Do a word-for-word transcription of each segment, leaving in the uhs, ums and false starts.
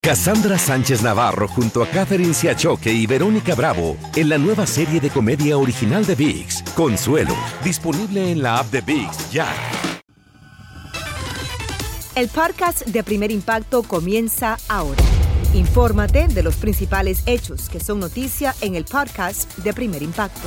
Cassandra Sánchez Navarro junto a Catherine Siachoque y Verónica Bravo en la nueva serie de comedia original de ViX, Consuelo, disponible en la app de ViX ya. El podcast de Primer Impacto comienza ahora. Infórmate de los principales hechos que son noticia en el podcast de Primer Impacto.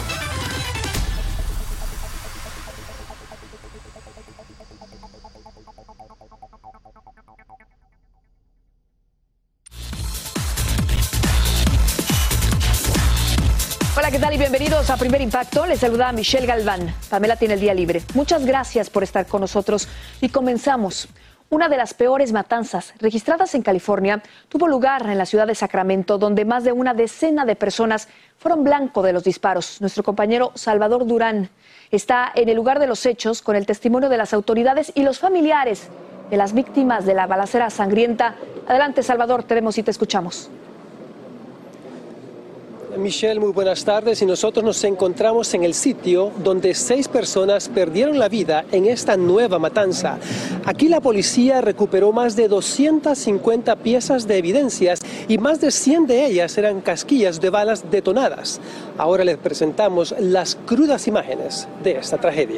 Hola, ¿qué tal? Y bienvenidos a Primer Impacto. Les saluda a Michelle Galván. Pamela tiene el día libre. Muchas gracias por estar con nosotros y comenzamos. Una de las peores matanzas registradas en California tuvo lugar en la ciudad de Sacramento, donde más de una decena de personas fueron blanco de los disparos. Nuestro compañero Salvador Durán está en el lugar de los hechos con el testimonio de las autoridades y los familiares de las víctimas de la balacera sangrienta. Adelante, Salvador, te vemos y te escuchamos. Michelle, muy buenas tardes, y nosotros nos encontramos en el sitio donde seis personas perdieron la vida en esta nueva matanza. Aquí la policía recuperó más de doscientas cincuenta piezas de evidencias y más de cien de ellas eran casquillas de balas detonadas. Ahora les presentamos las crudas imágenes de esta tragedia.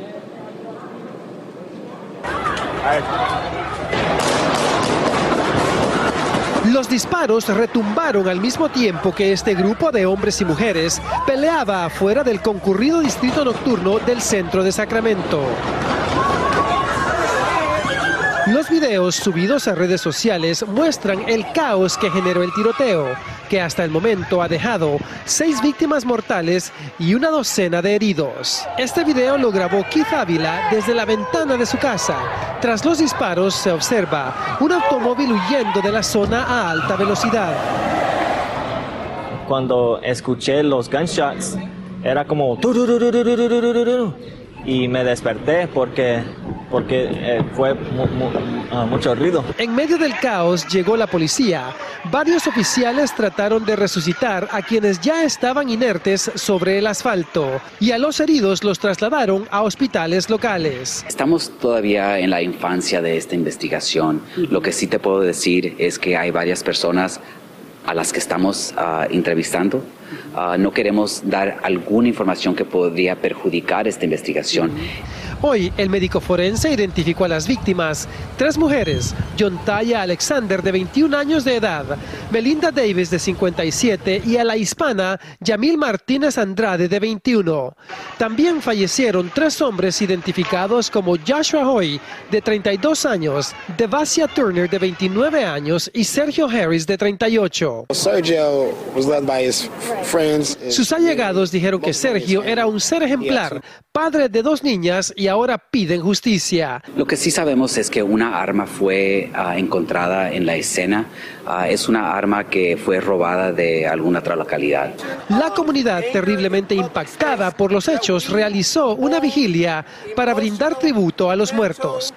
Los disparos retumbaron al mismo tiempo que este grupo de hombres y mujeres peleaba afuera del concurrido distrito nocturno del centro de Sacramento. Los videos subidos a redes sociales muestran el caos que generó el tiroteo, que hasta el momento ha dejado seis víctimas mortales y una docena de heridos. Este video lo grabó Keith Ávila desde la ventana de su casa. Tras los disparos se observa un automóvil huyendo de la zona a alta velocidad. Cuando escuché los gunshots, era como y me desperté porque, porque eh, fue mu, mu, uh, mucho ruido. En medio del caos llegó la policía. Varios oficiales trataron de resucitar a quienes ya estaban inertes sobre el asfalto y a los heridos los trasladaron a hospitales locales. Estamos todavía en la infancia de esta investigación. Lo que sí te puedo decir es que hay varias personas a las que estamos uh, entrevistando. Uh, no queremos dar alguna información que podría perjudicar esta investigación. Hoy, el médico forense identificó a las víctimas, tres mujeres, Yontaya Alexander, de veintiún años de edad, Melinda Davis, de cincuenta y siete, y a la hispana, Yamil Martínez Andrade, de veintiuno. También fallecieron tres hombres identificados como Joshua Hoy, de treinta y dos años, Devasia Turner, de veintinueve años, y Sergio Harris, de treinta y ocho. Sergio was led by his friends. Sus allegados dijeron que Sergio era un ser ejemplar, padre de dos niñas, y ahora piden justicia. Lo que sí sabemos es que una arma fue uh, encontrada en la escena. Uh, es una arma que fue robada de alguna otra localidad. La comunidad, terriblemente impactada por los hechos, realizó una vigilia para brindar tributo a los muertos.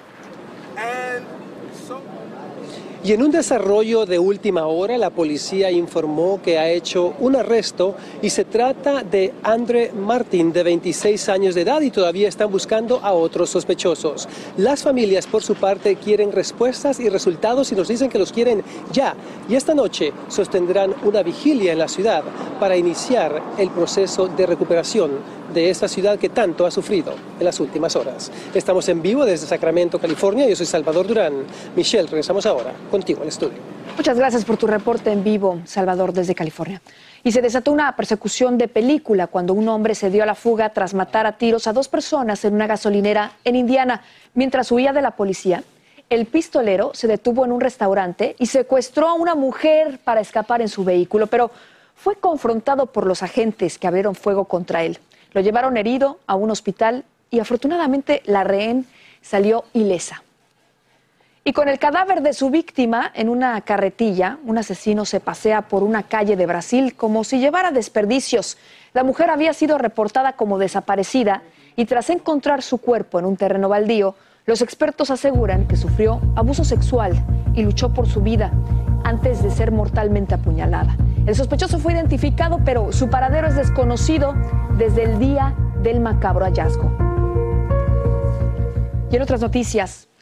Y en un desarrollo de última hora, la policía informó que ha hecho un arresto y se trata de Andre Martin, de veintiséis años de edad, y todavía están buscando a otros sospechosos. Las familias, por su parte, quieren respuestas y resultados y nos dicen que los quieren ya. Y esta noche sostendrán una vigilia en la ciudad para iniciar el proceso de recuperación de esta ciudad que tanto ha sufrido en las últimas horas. Estamos en vivo desde Sacramento, California. Yo soy Salvador Durán. Michelle, regresamos ahora contigo al estudio. Muchas gracias por tu reporte en vivo, Salvador, desde California. Y se desató una persecución de película cuando un hombre se dio a la fuga tras matar a tiros a dos personas en una gasolinera en Indiana. Mientras huía de la policía, el pistolero se detuvo en un restaurante y secuestró a una mujer para escapar en su vehículo, pero fue confrontado por los agentes que abrieron fuego contra él. Lo llevaron herido a un hospital y afortunadamente la rehén salió ilesa. Y con el cadáver de su víctima en una carretilla, un asesino se pasea por una calle de Brasil como si llevara desperdicios. La mujer había sido reportada como desaparecida y tras encontrar su cuerpo en un terreno baldío, los expertos aseguran que sufrió abuso sexual y luchó por su vida antes de ser mortalmente apuñalada. El sospechoso fue identificado, pero su paradero es desconocido desde el día del macabro hallazgo. Y en otras noticias,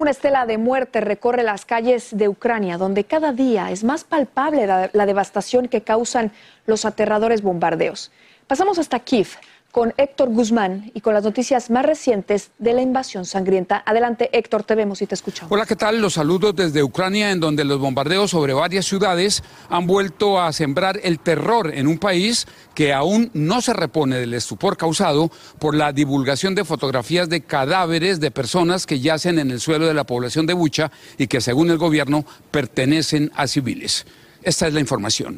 Una estela de muerte recorre las calles de Ucrania, donde cada día es más palpable la, la devastación que causan los aterradores bombardeos. Pasamos hasta Kiev con Héctor Guzmán y con las noticias más recientes de la invasión sangrienta. Adelante, Héctor, te vemos y te escuchamos. Hola, ¿qué tal? Los saludos desde Ucrania, en donde los bombardeos sobre varias ciudades han vuelto a sembrar el terror en un país que aún no se repone del estupor causado por la divulgación de fotografías de cadáveres de personas que yacen en el suelo de la población de Bucha y que, según el gobierno, pertenecen a civiles. Esta es la información.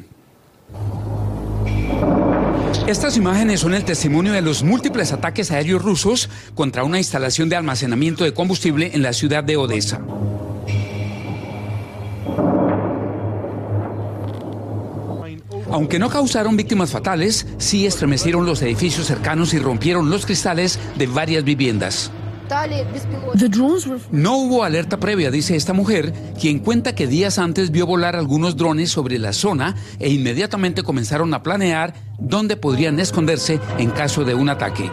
Estas imágenes son el testimonio de los múltiples ataques aéreos rusos contra una instalación de almacenamiento de combustible en la ciudad de Odessa. Aunque no causaron víctimas fatales, sí estremecieron los edificios cercanos y rompieron los cristales de varias viviendas. No hubo alerta previa, dice esta mujer, quien cuenta que días antes vio volar algunos drones sobre la zona e inmediatamente comenzaron a planear dónde podrían esconderse en caso de un ataque.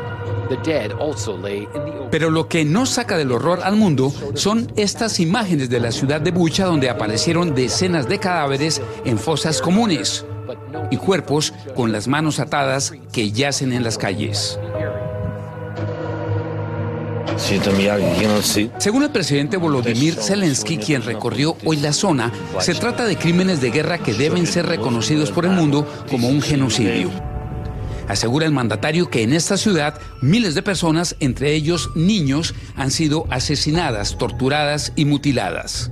Pero lo que no saca del horror al mundo son estas imágenes de la ciudad de Bucha, donde aparecieron decenas de cadáveres en fosas comunes y cuerpos con las manos atadas que yacen en las calles. Según el presidente Volodymyr Zelensky, quien recorrió hoy la zona, se trata de crímenes de guerra que deben ser reconocidos por el mundo como un genocidio. Asegura el mandatario que en esta ciudad miles de personas, entre ellos niños, han sido asesinadas, torturadas y mutiladas.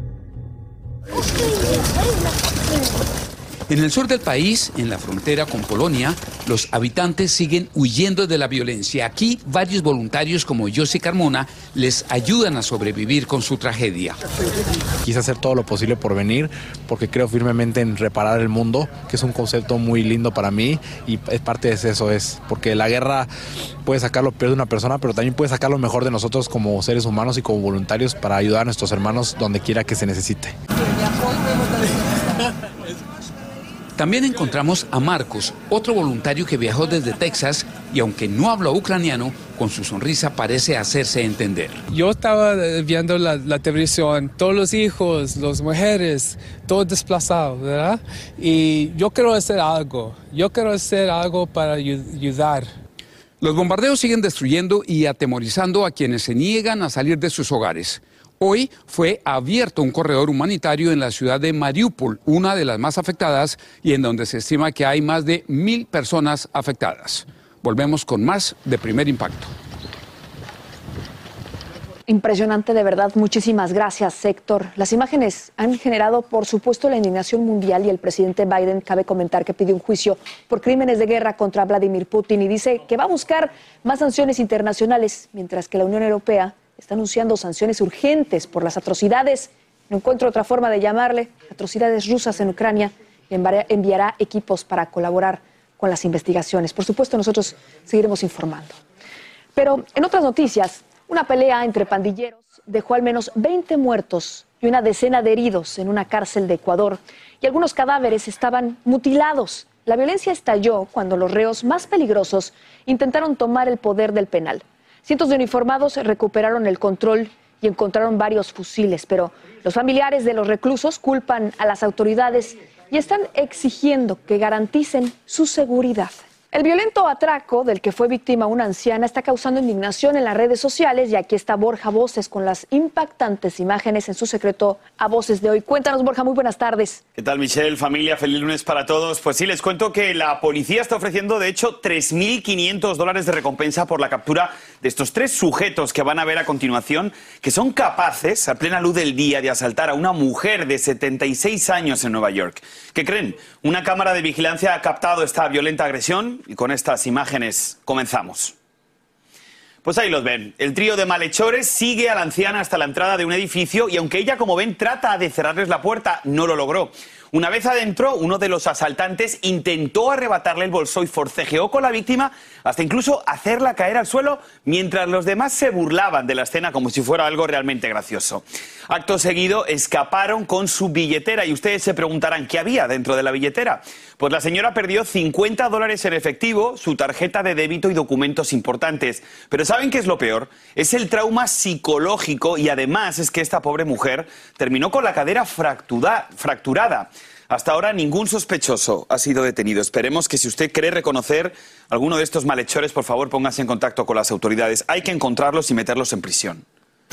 En el sur del país, en la frontera con Polonia, los habitantes siguen huyendo de la violencia. Aquí, varios voluntarios como Yossi Carmona les ayudan a sobrevivir con su tragedia. Quise hacer todo lo posible por venir, porque creo firmemente en reparar el mundo, que es un concepto muy lindo para mí, y parte de eso es, porque la guerra puede sacar lo peor de una persona, pero también puede sacar lo mejor de nosotros como seres humanos y como voluntarios para ayudar a nuestros hermanos donde quiera que se necesite. También encontramos a Marcos, otro voluntario que viajó desde Texas y aunque no habla ucraniano, con su sonrisa parece hacerse entender. Yo estaba viendo la, la televisión, todos los hijos, las mujeres, todos desplazados, ¿verdad? Y yo quiero hacer algo, yo quiero hacer algo para ayudar. Los bombardeos siguen destruyendo y atemorizando a quienes se niegan a salir de sus hogares. Hoy fue abierto un corredor humanitario en la ciudad de Mariupol, una de las más afectadas y en donde se estima que hay más de mil personas afectadas. Volvemos con más de Primer Impacto. Impresionante, de verdad. Muchísimas gracias, Héctor. Las imágenes han generado, por supuesto, la indignación mundial y el presidente Biden, cabe comentar, que pidió un juicio por crímenes de guerra contra Vladimir Putin y dice que va a buscar más sanciones internacionales, mientras que la Unión Europea está anunciando sanciones urgentes por las atrocidades, no encuentro otra forma de llamarle, atrocidades rusas en Ucrania, y enviará equipos para colaborar con las investigaciones. Por supuesto, nosotros seguiremos informando. Pero en otras noticias, una pelea entre pandilleros dejó al menos veinte muertos y una decena de heridos en una cárcel de Ecuador, y algunos cadáveres estaban mutilados. La violencia estalló cuando los reos más peligrosos intentaron tomar el poder del penal. Cientos de uniformados recuperaron el control y encontraron varios fusiles, pero los familiares de los reclusos culpan a las autoridades y están exigiendo que garanticen su seguridad. El violento atraco del que fue víctima una anciana está causando indignación en las redes sociales y aquí está Borja Voces con las impactantes imágenes en su secreto a Voces de hoy. Cuéntanos, Borja, muy buenas tardes. ¿Qué tal, Michelle? Familia, feliz lunes para todos. Pues sí, les cuento que la policía está ofreciendo, de hecho, tres mil quinientos dólares de recompensa por la captura de estos tres sujetos que van a ver a continuación, que son capaces, a plena luz del día, de asaltar a una mujer de setenta y seis años en Nueva York. ¿Qué creen? Una cámara de vigilancia ha captado esta violenta agresión y con estas imágenes comenzamos. Pues ahí los ven. El trío de malhechores sigue a la anciana hasta la entrada de un edificio y aunque ella, como ven, trata de cerrarles la puerta, no lo logró. Una vez adentro, uno de los asaltantes intentó arrebatarle el bolso y forcejeó con la víctima hasta incluso hacerla caer al suelo mientras los demás se burlaban de la escena como si fuera algo realmente gracioso. Acto seguido, escaparon con su billetera y ustedes se preguntarán, ¿qué había dentro de la billetera? Pues la señora perdió cincuenta dólares en efectivo, su tarjeta de débito y documentos importantes. Pero ¿saben qué es lo peor? Es el trauma psicológico y además es que esta pobre mujer terminó con la cadera fractura, fracturada. Hasta ahora ningún sospechoso ha sido detenido. Esperemos que si usted cree reconocer alguno de estos malhechores, por favor póngase en contacto con las autoridades. Hay que encontrarlos y meterlos en prisión.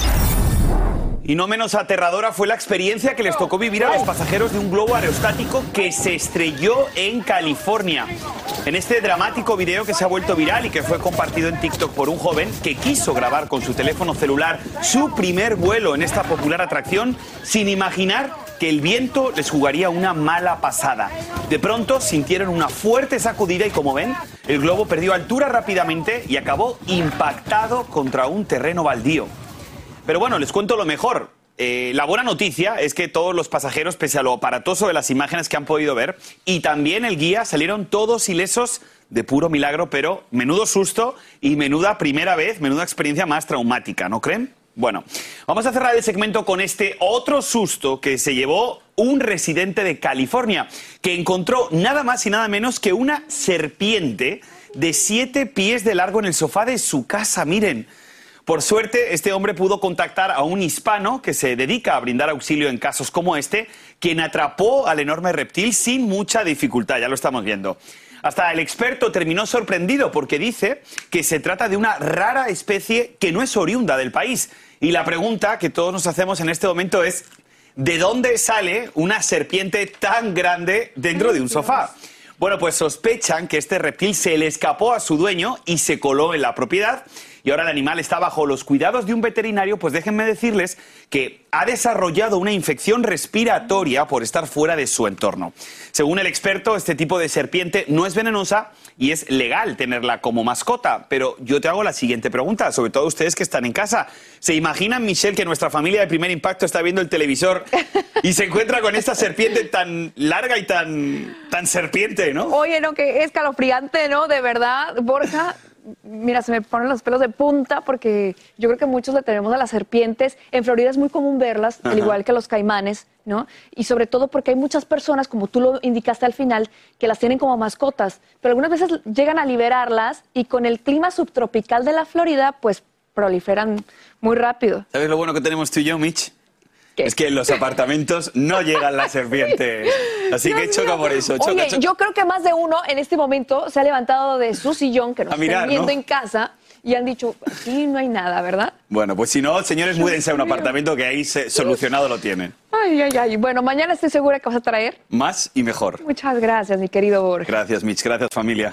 Y no menos aterradora fue la experiencia que les tocó vivir a los pasajeros de un globo aerostático que se estrelló en California. En este dramático video que se ha vuelto viral y que fue compartido en TikTok por un joven que quiso grabar con su teléfono celular su primer vuelo en esta popular atracción sin imaginar que el viento les jugaría una mala pasada. De pronto sintieron una fuerte sacudida y, como ven, el globo perdió altura rápidamente y acabó impactado contra un terreno baldío. Pero bueno, les cuento lo mejor. Eh, la buena noticia es que todos los pasajeros, pese a lo aparatoso de las imágenes que han podido ver, y también el guía, salieron todos ilesos de puro milagro, pero menudo susto y menuda primera vez, menuda experiencia más traumática, ¿no creen? Bueno, vamos a cerrar el segmento con este otro susto que se llevó un residente de California, que encontró nada más y nada menos que una serpiente de siete pies de largo en el sofá de su casa, miren. Por suerte, este hombre pudo contactar a un hispano que se dedica a brindar auxilio en casos como este, quien atrapó al enorme reptil sin mucha dificultad, ya lo estamos viendo. Hasta el experto terminó sorprendido porque dice que se trata de una rara especie que no es oriunda del país. Y la pregunta que todos nos hacemos en este momento es, ¿de dónde sale una serpiente tan grande dentro de un sofá? Bueno, pues sospechan que este reptil se le escapó a su dueño y se coló en la propiedad. Y ahora el animal está bajo los cuidados de un veterinario, pues déjenme decirles que ha desarrollado una infección respiratoria por estar fuera de su entorno. Según el experto, este tipo de serpiente no es venenosa y es legal tenerla como mascota. Pero yo te hago la siguiente pregunta, sobre todo ustedes que están en casa. ¿Se imaginan, Michelle, que nuestra familia de Primer Impacto está viendo el televisor y se encuentra con esta serpiente tan larga y tan, tan serpiente, ¿no? Oye, no, que escalofriante, ¿no? De verdad, Borja. Mira, se me ponen los pelos de punta porque yo creo que muchos le tenemos a las serpientes. En Florida es muy común verlas, Ajá. al igual que los caimanes, ¿no? Y sobre todo porque hay muchas personas, como tú lo indicaste al final, que las tienen como mascotas. Pero algunas veces llegan a liberarlas y con el clima subtropical de la Florida, pues proliferan muy rápido. ¿Sabes lo bueno que tenemos tú y yo, Mitch? ¿Qué? Es que en los apartamentos no llegan las serpientes. Así Dios que choca mío. Por eso. Choca, Oye, choca. Yo creo que más de uno en este momento se ha levantado de su sillón, que nos están mirar, viendo ¿no? en casa, y han dicho, aquí no hay nada, ¿verdad? Bueno, pues si no, señores, múdense a un apartamento que ahí se, solucionado lo tienen. Ay, ay, ay. Bueno, mañana estoy segura que vas a traer más y mejor. Muchas gracias, mi querido Borja. Gracias, Mitch. Gracias, familia.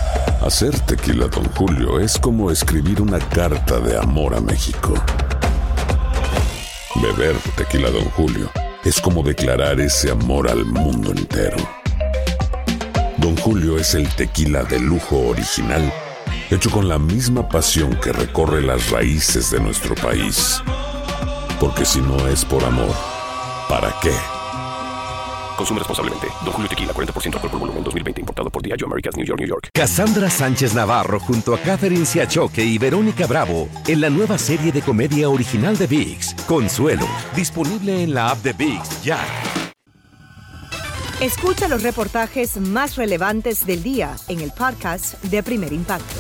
Hacer tequila Don Julio es como escribir una carta de amor a México. Beber tequila Don Julio es como declarar ese amor al mundo entero. Don Julio es el tequila de lujo original, hecho con la misma pasión que recorre las raíces de nuestro país. Porque si no es por amor, ¿para qué? Consume responsablemente. Don Julio Tequila, cuarenta por ciento alcohol por volumen, dos mil veinte, importado por Diageo Americas, New York, New York. Cassandra Sánchez Navarro junto a Catherine Siachoque y Verónica Bravo en la nueva serie de comedia original de ViX, Consuelo, disponible en la app de ViX ya. Escucha los reportajes más relevantes del día en el podcast de Primer Impacto.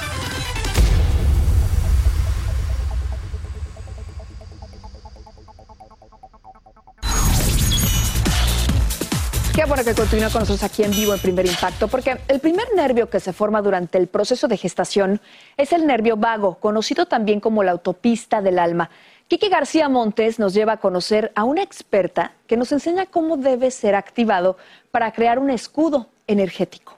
Qué bueno que continúa con nosotros aquí en vivo en Primer Impacto, porque el primer nervio que se forma durante el proceso de gestación es el nervio vago, conocido también como la autopista del alma. Kiki García Montes nos lleva a conocer a una experta que nos enseña cómo debe ser activado para crear un escudo energético.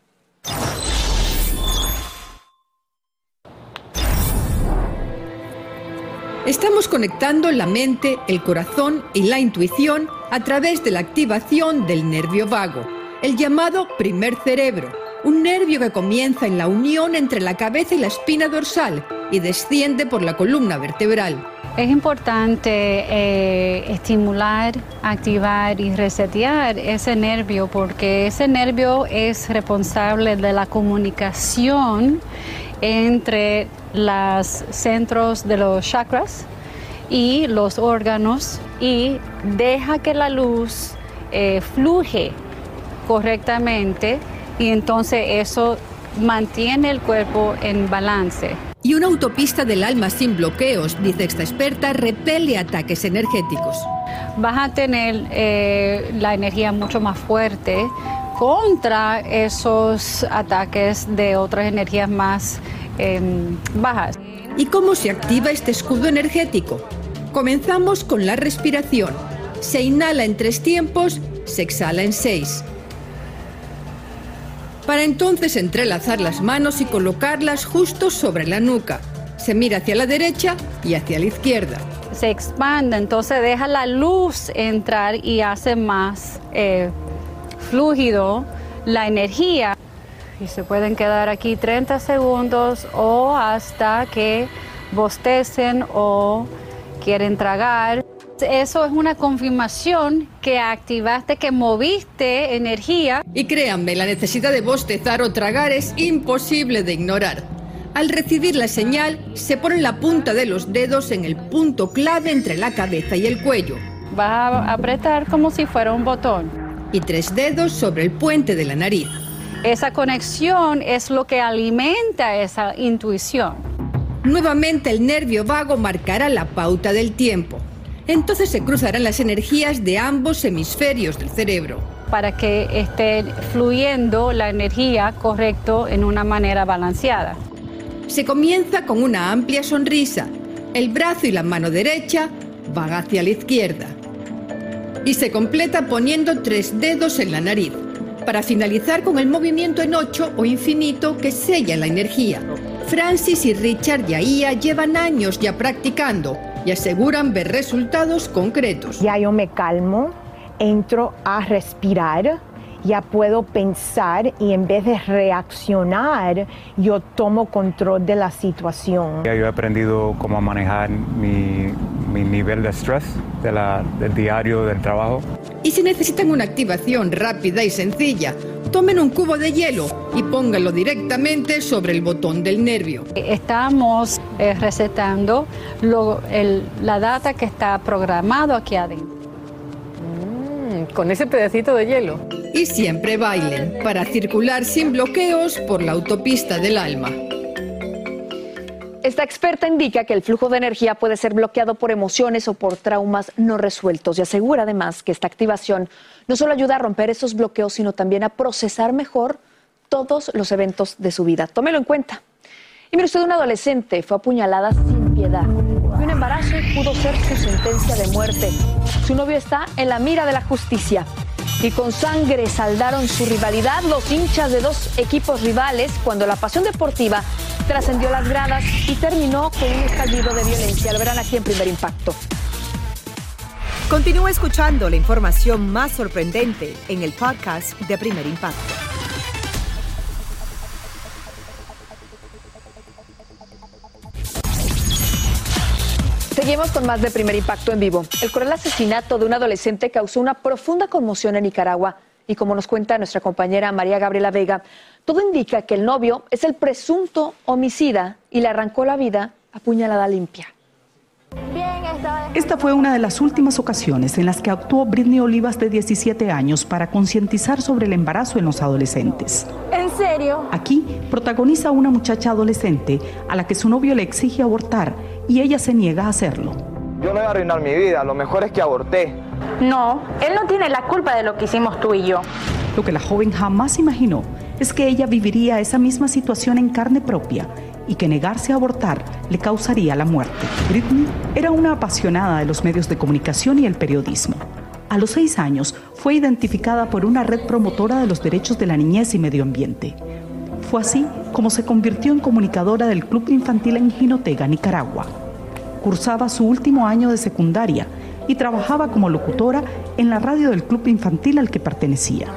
Estamos conectando la mente, el corazón y la intuición a través de la activación del nervio vago, el llamado primer cerebro, un nervio que comienza en la unión entre la cabeza y la espina dorsal y desciende por la columna vertebral. Es importante eh, estimular, activar y resetear ese nervio porque ese nervio es responsable de la comunicación entre los centros de los chakras y los órganos y deja que la luz eh, fluye correctamente y entonces eso mantiene el cuerpo en balance. Y una autopista del alma sin bloqueos, dice esta experta, repele ataques energéticos. Vas a tener eh, la energía mucho más fuerte contra esos ataques de otras energías más eh, bajas. ¿Y cómo se activa este escudo energético? Comenzamos con la respiración. Se inhala en tres tiempos, se exhala en seis. Para entonces entrelazar las manos y colocarlas justo sobre la nuca. Se mira hacia la derecha y hacia la izquierda. Se expande, entonces deja la luz entrar y hace más eh, fluido la energía. Y se pueden quedar aquí treinta segundos o hasta que bostecen o quieren tragar. Eso es una confirmación que activaste, que moviste energía. Y créanme, la necesidad de bostezar o tragar es imposible de ignorar. Al recibir la señal, se pone la punta de los dedos en el punto clave entre la cabeza y el cuello. Vas a apretar como si fuera un botón. Y tres dedos sobre el puente de la nariz. Esa conexión es lo que alimenta esa intuición. Nuevamente el nervio vago marcará la pauta del tiempo. Entonces se cruzarán las energías de ambos hemisferios del cerebro. Para que esté fluyendo la energía correcto en una manera balanceada. Se comienza con una amplia sonrisa. El brazo y la mano derecha van hacia la izquierda. Y se completa poniendo tres dedos en la nariz, para finalizar con el movimiento en ocho o infinito que sella la energía. Francis y Richard Yahía llevan años ya practicando y aseguran ver resultados concretos. Ya yo me calmo, entro a respirar, ya puedo pensar y en vez de reaccionar, yo tomo control de la situación. Ya yo he aprendido cómo manejar mi, mi nivel de estrés de la, del diario del trabajo. Y si necesitan una activación rápida y sencilla, tomen un cubo de hielo y pónganlo directamente sobre el botón del nervio. Estamos eh, recetando lo, el, la data que está programado aquí adentro. Mm, con ese pedacito de hielo. Y siempre bailen, para circular sin bloqueos por la autopista del alma. Esta experta indica que el flujo de energía puede ser bloqueado por emociones o por traumas no resueltos y asegura además que esta activación no solo ayuda a romper esos bloqueos, sino también a procesar mejor todos los eventos de su vida. Tómelo en cuenta. Y mire usted, una adolescente fue apuñalada sin piedad y un embarazo pudo ser su sentencia de muerte. Su novio está en la mira de la justicia. Y con sangre saldaron su rivalidad los hinchas de dos equipos rivales cuando la pasión deportiva trascendió las gradas y terminó con un estallido de violencia. Lo verán aquí en Primer Impacto. Continúa escuchando la información más sorprendente en el podcast de Primer Impacto. Seguimos con más de Primer Impacto en vivo. El cruel asesinato de un adolescente causó una profunda conmoción en Nicaragua y como nos cuenta nuestra compañera María Gabriela Vega, todo indica que el novio es el presunto homicida y le arrancó la vida a puñalada limpia. Esta fue una de las últimas ocasiones en las que actuó Britney Olivas, de diecisiete años, para concientizar sobre el embarazo en los adolescentes. ¿En serio? Aquí protagoniza a una muchacha adolescente a la que su novio le exige abortar y ella se niega a hacerlo. Yo no voy a arruinar mi vida, lo mejor es que aborté. No, él no tiene la culpa de lo que hicimos tú y yo. Lo que la joven jamás imaginó es que ella viviría esa misma situación en carne propia y que negarse a abortar le causaría la muerte. Britney era una apasionada de los medios de comunicación y el periodismo. A los seis años fue identificada por una red promotora de los derechos de la niñez y medio ambiente. Fue así como se convirtió en comunicadora del Club Infantil en Jinotega, Nicaragua. Cursaba su último año de secundaria y trabajaba como locutora en la radio del Club Infantil al que pertenecía.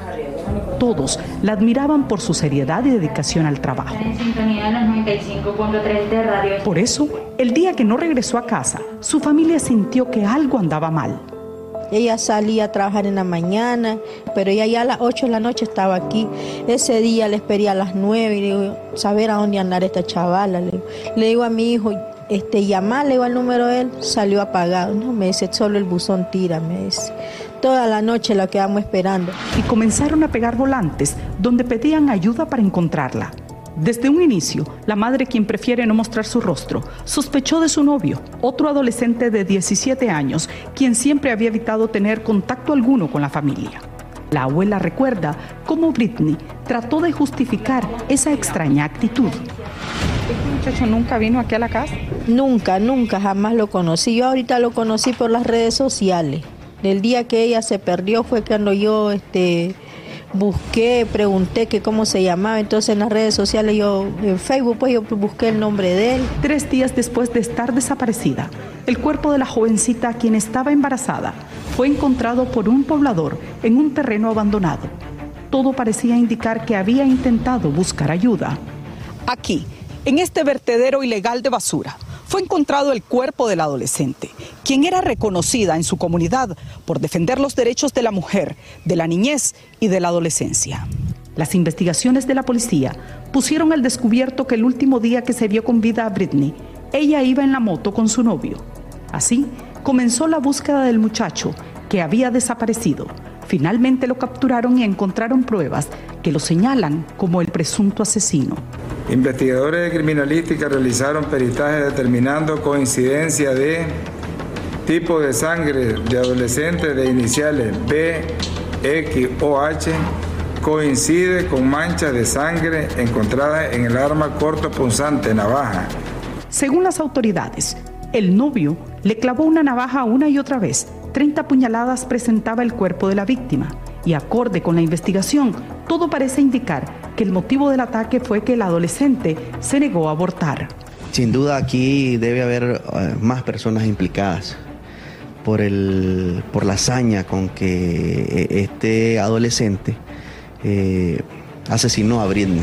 Todos la admiraban por su seriedad y dedicación al trabajo. En sintonía de los noventa y cinco punto tres de radio. Por eso, el día que no regresó a casa, su familia sintió que algo andaba mal. Ella salía a trabajar en la mañana, pero ella ya a las ocho de la noche estaba aquí. Ese día le esperé a las nueve y le digo, saber a dónde andar esta chavala. Le digo, le digo a mi hijo, este, llamarle al número de él, salió apagado. No, me dice, solo el buzón tira, me dice. Toda la noche la quedamos esperando. Y comenzaron a pegar volantes donde pedían ayuda para encontrarla. Desde un inicio, la madre, quien prefiere no mostrar su rostro, sospechó de su novio, otro adolescente de diecisiete años, quien siempre había evitado tener contacto alguno con la familia. La abuela recuerda cómo Britney trató de justificar esa extraña actitud. ¿Este muchacho nunca vino aquí a la casa? Nunca, nunca, jamás lo conocí. Yo ahorita lo conocí por las redes sociales. El día que ella se perdió fue cuando yo este, busqué, pregunté que cómo se llamaba. Entonces en las redes sociales, yo en Facebook, pues yo busqué el nombre de él. Tres días después de estar desaparecida, el cuerpo de la jovencita, quien estaba embarazada, fue encontrado por un poblador en un terreno abandonado. Todo parecía indicar que había intentado buscar ayuda. Aquí, en este vertedero ilegal de basura, fue encontrado el cuerpo del adolescente, quien era reconocida en su comunidad por defender los derechos de la mujer, de la niñez y de la adolescencia. Las investigaciones de la policía pusieron al descubierto que el último día que se vio con vida a Britney, ella iba en la moto con su novio. Así, comenzó la búsqueda del muchacho que había desaparecido. Finalmente lo capturaron y encontraron pruebas que lo señalan como el presunto asesino. Investigadores de criminalística realizaron peritaje determinando coincidencia de tipo de sangre de adolescente de iniciales B, X o H, coincide con manchas de sangre encontradas en el arma cortopunzante, navaja. Según las autoridades, el novio le clavó una navaja una y otra vez. treinta puñaladas presentaba el cuerpo de la víctima y, acorde con la investigación, todo parece indicar que el motivo del ataque fue que el adolescente se negó a abortar. Sin duda aquí debe haber uh, más personas implicadas por, el, por la hazaña con que este adolescente eh, asesinó a Britney.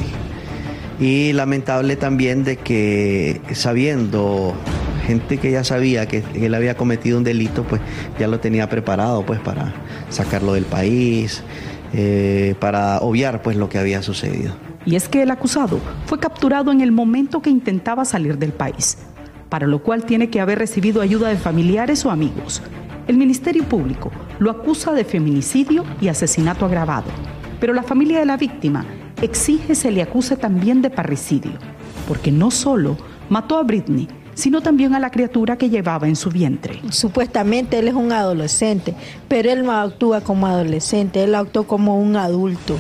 Y lamentable también de que, sabiendo, gente que ya sabía que él había cometido un delito, pues ya lo tenía preparado pues para sacarlo del país, eh, para obviar pues lo que había sucedido. Y es que el acusado fue capturado en el momento que intentaba salir del país, para lo cual tiene que haber recibido ayuda de familiares o amigos. El Ministerio Público lo acusa de feminicidio y asesinato agravado, pero la familia de la víctima exige se le acuse también de parricidio, porque no solo mató a Britney, sino también a la criatura que llevaba en su vientre. Supuestamente él es un adolescente, pero él no actúa como adolescente, él actuó como un adulto.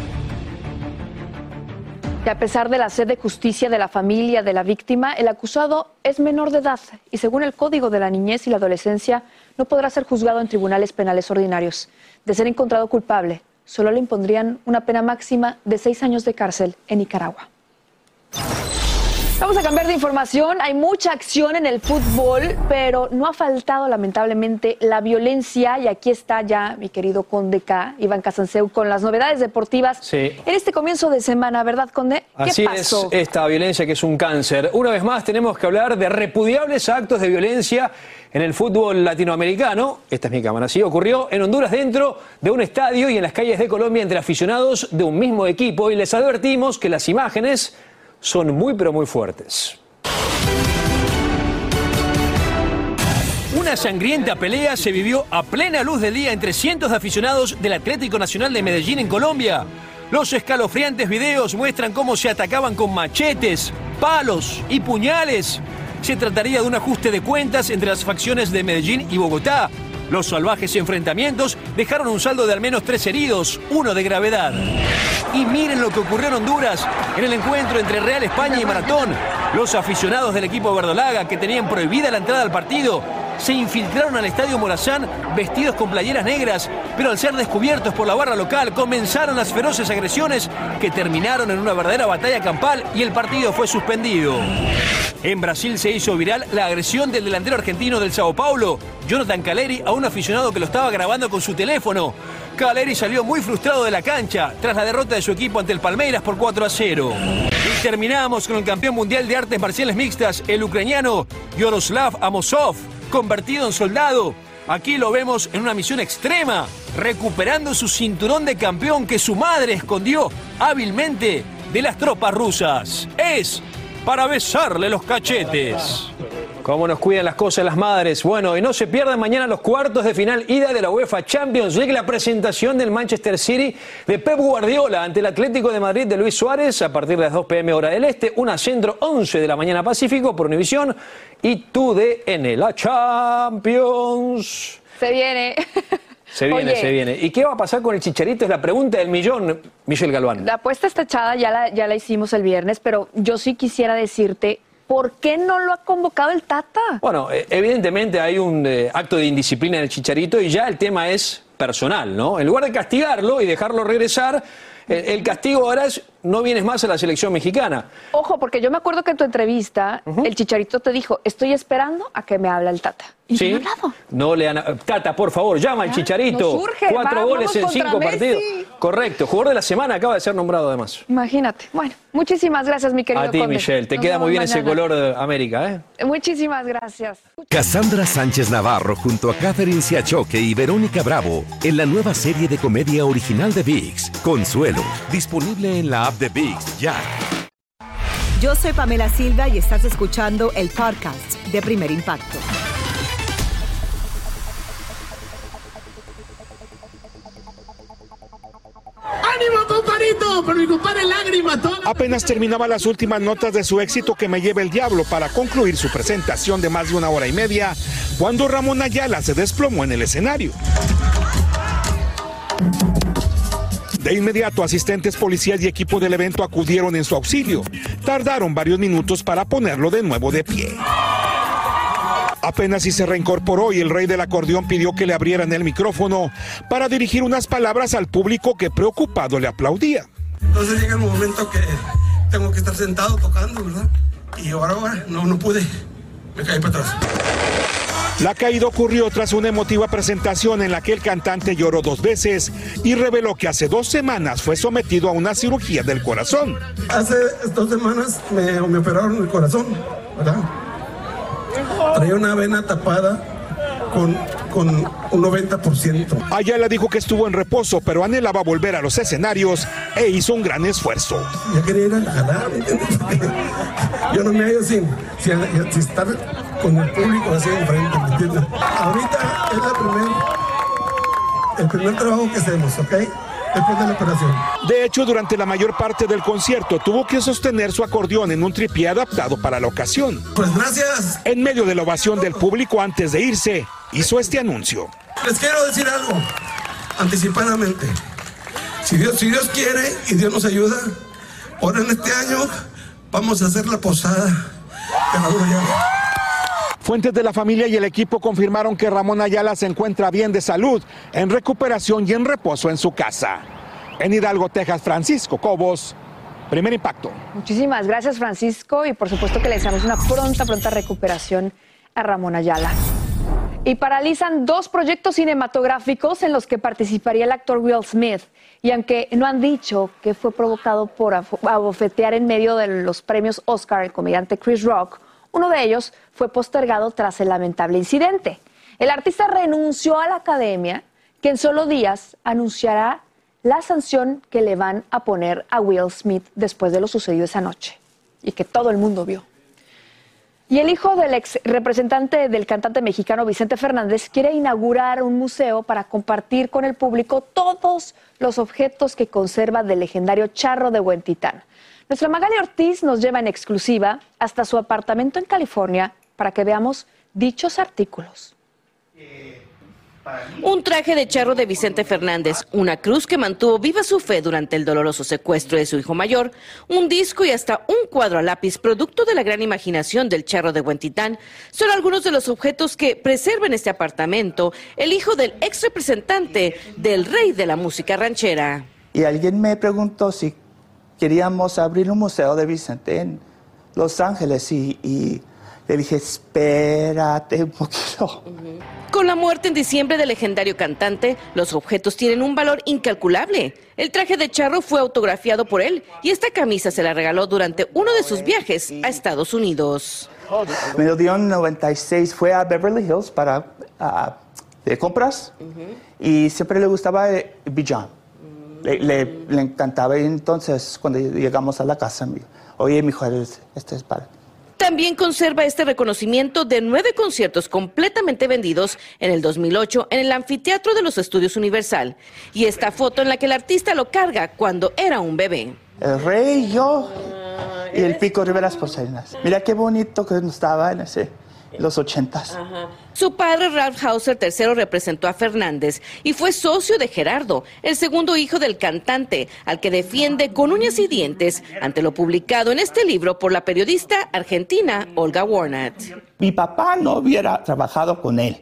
Y a pesar de la sed de justicia de la familia de la víctima, el acusado es menor de edad y, según el Código de la Niñez y la Adolescencia, no podrá ser juzgado en tribunales penales ordinarios. De ser encontrado culpable, solo le impondrían una pena máxima de seis años de cárcel en Nicaragua. Vamos a cambiar de información. Hay mucha acción en el fútbol, pero no ha faltado lamentablemente la violencia. Y aquí está ya mi querido Conde K, Iván Casanseu, con las novedades deportivas sí. en este comienzo de semana, ¿verdad, Conde? ¿Qué Así pasó? es, esta violencia que es un cáncer. Una vez más tenemos que hablar de repudiables actos de violencia en el fútbol latinoamericano. Esta es mi cámara, sí, ocurrió en Honduras dentro de un estadio y en las calles de Colombia entre aficionados de un mismo equipo. Y les advertimos que las imágenes son muy pero muy fuertes. Una sangrienta pelea se vivió a plena luz del día entre cientos de aficionados del Atlético Nacional de Medellín en Colombia. Los escalofriantes videos muestran cómo se atacaban con machetes, palos y puñales. Se trataría de un ajuste de cuentas entre las facciones de Medellín y Bogotá. Los salvajes enfrentamientos dejaron un saldo de al menos tres heridos, uno de gravedad. Y miren lo que ocurrió en Honduras, en el encuentro entre Real España y Maratón. Los aficionados del equipo verdolaga, que tenían prohibida la entrada al partido, se infiltraron al estadio Morazán vestidos con playeras negras, pero al ser descubiertos por la barra local comenzaron las feroces agresiones que terminaron en una verdadera batalla campal y el partido fue suspendido. En Brasil se hizo viral la agresión del delantero argentino del Sao Paulo, Jonathan Caleri, a un aficionado que lo estaba grabando con su teléfono. Caleri salió muy frustrado de la cancha tras la derrota de su equipo ante el Palmeiras por cuatro a cero. Y terminamos con el campeón mundial de artes marciales mixtas, el ucraniano Yaroslav Amosov, convertido en soldado. Aquí lo vemos en una misión extrema, recuperando su cinturón de campeón que su madre escondió hábilmente de las tropas rusas. Es para besarle los cachetes. ¿Cómo nos cuidan las cosas las madres? Bueno, y no se pierdan mañana los cuartos de final ida de la UEFA Champions League, la presentación del Manchester City de Pep Guardiola ante el Atlético de Madrid de Luis Suárez a partir de las dos pe eme hora del este, una centro, once de la mañana Pacífico por Univisión y tu de ene, la Champions. Se viene. Se viene, Oye, se viene. ¿Y qué va a pasar con el Chicharito? Es la pregunta del millón, Michelle Galván. La apuesta está echada, ya la, ya la hicimos el viernes, pero yo sí quisiera decirte, ¿por qué no lo ha convocado el Tata? Bueno, evidentemente hay un eh, acto de indisciplina en el Chicharito y ya el tema es personal, ¿no? En lugar de castigarlo y dejarlo regresar, el, el castigo ahora es no vienes más a la selección mexicana. Ojo, porque yo me acuerdo que en tu entrevista uh-huh. el Chicharito te dijo, estoy esperando a que me hable el Tata. Y ¿Sí? no ha hablado. No le han... Tata, por favor, llama al Chicharito. Nos urge, Cuatro va, goles en cinco Messi. partidos. Correcto. Jugador de la semana acaba de ser nombrado además. Imagínate. Bueno, muchísimas gracias, mi querido A ti, Conde. Michelle. Te Nos queda muy bien mañana. ese color de América, ¿eh? Muchísimas gracias. Cassandra Sánchez Navarro junto a Catherine Siachoque y Verónica Bravo en la nueva serie de comedia original de ViX, Consuelo, disponible en la app de ViX ya. Yo soy Pamela Silva y estás escuchando el podcast de Primer Impacto. ¡Ánimo, compadrito! Por mi compadre Lágrima. Apenas terminaba las últimas notas de su éxito Que me lleve el diablo para concluir su presentación de más de una hora y media, cuando Ramón Ayala se desplomó en el escenario. De inmediato, asistentes, policías y equipo del evento acudieron en su auxilio. Tardaron varios minutos para ponerlo de nuevo de pie. Apenas si se reincorporó y el rey del acordeón pidió que le abrieran el micrófono para dirigir unas palabras al público que preocupado le aplaudía. Entonces llega el momento que tengo que estar sentado tocando, ¿verdad? Y ahora, ahora no, no pude, me caí para atrás. La caída ocurrió tras una emotiva presentación en la que el cantante lloró dos veces y reveló que hace dos semanas fue sometido a una cirugía del corazón. Hace dos semanas me, me operaron el corazón, ¿verdad? Traía una vena tapada con, con un noventa por ciento. Ayala dijo que estuvo en reposo, pero anhelaba volver a los escenarios e hizo un gran esfuerzo. Ya quería ir a jalar, yo no me hallo sin, sin, sin estar con el público así enfrente, ¿me entiendes? Ahorita es la primer, el primer trabajo que hacemos, ¿ok? Después de la operación. De hecho, durante la mayor parte del concierto tuvo que sostener su acordeón en un tripié adaptado para la ocasión. Pues gracias. En medio de la ovación del público antes de irse, hizo este anuncio. Les quiero decir algo, anticipadamente. Si Dios, si Dios quiere y Dios nos ayuda, ahora en este año vamos a hacer la posada de Ramón Ayala. Fuentes de la familia y el equipo confirmaron que Ramón Ayala se encuentra bien de salud, en recuperación y en reposo en su casa. En Hidalgo, Texas, Francisco Cobos, Primer Impacto. Muchísimas gracias, Francisco, y por supuesto que le deseamos una pronta, pronta recuperación a Ramón Ayala. Y paralizan dos proyectos cinematográficos en los que participaría el actor Will Smith. Y aunque no han dicho que fue provocado por abofetear en medio de los premios Oscar el comediante Chris Rock, uno de ellos fue postergado tras el lamentable incidente. El artista renunció a la academia, que en solo días anunciará la sanción que le van a poner a Will Smith después de lo sucedido esa noche y que todo el mundo vio. Y el hijo del ex representante del cantante mexicano Vicente Fernández quiere inaugurar un museo para compartir con el público todos los objetos que conserva del legendario Charro de Huentitán. Nuestra Magali Ortiz nos lleva en exclusiva hasta su apartamento en California para que veamos dichos artículos. Un traje de charro de Vicente Fernández, una cruz que mantuvo viva su fe durante el doloroso secuestro de su hijo mayor, un disco y hasta un cuadro a lápiz, producto de la gran imaginación del Charro de Huentitán, son algunos de los objetos que preserva en este apartamento el hijo del ex representante del rey de la música ranchera. Y alguien me preguntó si queríamos abrir un museo de Vicente en Los Ángeles y, y le dije, espérate un poquito. Uh-huh. Con la muerte en diciembre del legendario cantante, los objetos tienen un valor incalculable. El traje de charro fue autografiado por él y esta camisa se la regaló durante uno de sus viajes a Estados Unidos. Me lo dio en noventa y seis, fue a Beverly Hills para uh, de compras uh-huh. y siempre le gustaba eh, Bijan. Le, le, le encantaba y entonces cuando llegamos a la casa me dijo, oye, mi hijo, este es para... También conserva este reconocimiento de nueve conciertos completamente vendidos en el dos mil ocho en el anfiteatro de los Estudios Universal. Y esta foto en la que el artista lo carga cuando era un bebé. El rey, yo y el Pico Rivera Porcelanas. Mira qué bonito que estaba en ese, los ochentas. Ajá. Su padre, Ralph Hauser tercero, representó a Fernández y fue socio de Gerardo, el segundo hijo del cantante, al que defiende con uñas y dientes ante lo publicado en este libro por la periodista argentina Olga Warnat. Mi papá no hubiera trabajado con él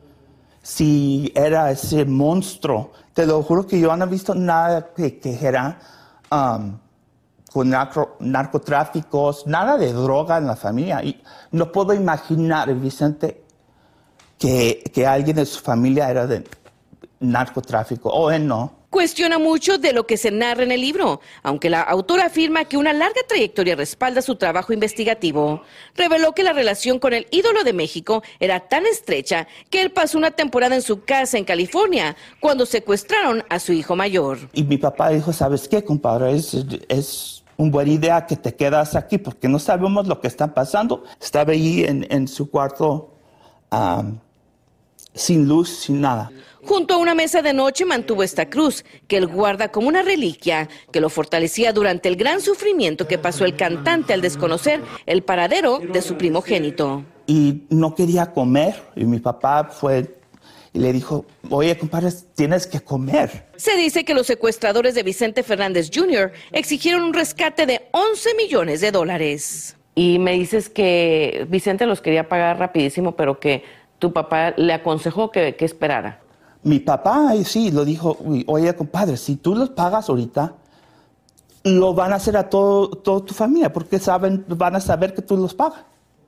si era ese monstruo. Te lo juro que yo no he visto nada que, que era um, con narco, narcotráficos, nada de droga en la familia. Y no puedo imaginar, Vicente, Que, que alguien de su familia era de narcotráfico, o él no. Cuestiona mucho de lo que se narra en el libro, aunque la autora afirma que una larga trayectoria respalda su trabajo investigativo. Reveló que la relación con el ídolo de México era tan estrecha que él pasó una temporada en su casa en California cuando secuestraron a su hijo mayor. Y mi papá dijo, ¿sabes qué, compadre? Es, es una buena idea que te quedas aquí porque no sabemos lo que está pasando. Estaba allí en, en su cuarto Um, sin luz, sin nada. Junto a una mesa de noche mantuvo esta cruz, que él guarda como una reliquia, que lo fortalecía durante el gran sufrimiento que pasó el cantante al desconocer el paradero de su primogénito. Y no quería comer, y mi papá fue y le dijo, oye, compadre, tienes que comer. Se dice que los secuestradores de Vicente Fernández junior exigieron un rescate de once millones de dólares. Y me dices que Vicente los quería pagar rapidísimo, pero que tu papá le aconsejó que, que esperara. Mi papá sí lo dijo, oye, compadre, si tú los pagas ahorita, lo van a hacer a todo, toda tu familia, porque saben, van a saber que tú los pagas.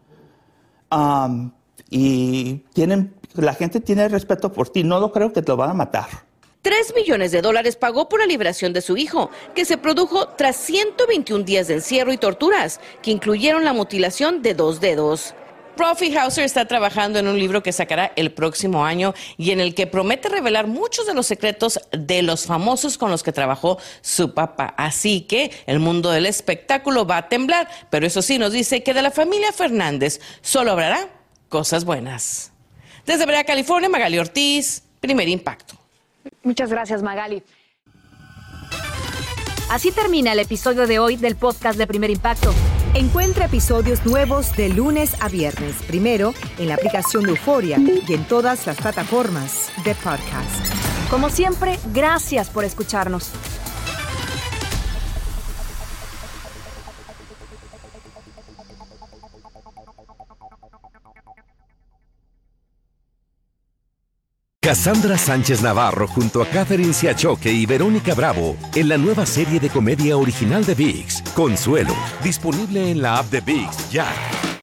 Um, y tienen, la gente tiene respeto por ti, no lo creo que te lo van a matar. Tres millones de dólares pagó por la liberación de su hijo, que se produjo tras ciento veintiún días de encierro y torturas, que incluyeron la mutilación de dos dedos. Profi Hauser está trabajando en un libro que sacará el próximo año y en el que promete revelar muchos de los secretos de los famosos con los que trabajó su papá. Así que el mundo del espectáculo va a temblar, pero eso sí nos dice que de la familia Fernández solo habrá cosas buenas. Desde Brea, California, Magali Ortiz, Primer Impacto. Muchas gracias, Magali. Así termina el episodio de hoy del podcast de Primer Impacto. Encuentra episodios nuevos de lunes a viernes, primero en la aplicación de Euforia y en todas las plataformas de podcast. Como siempre, gracias por escucharnos. Cassandra Sánchez Navarro junto a Catherine Siachoque y Verónica Bravo en la nueva serie de comedia original de ViX, Consuelo, disponible en la app de ViX ya.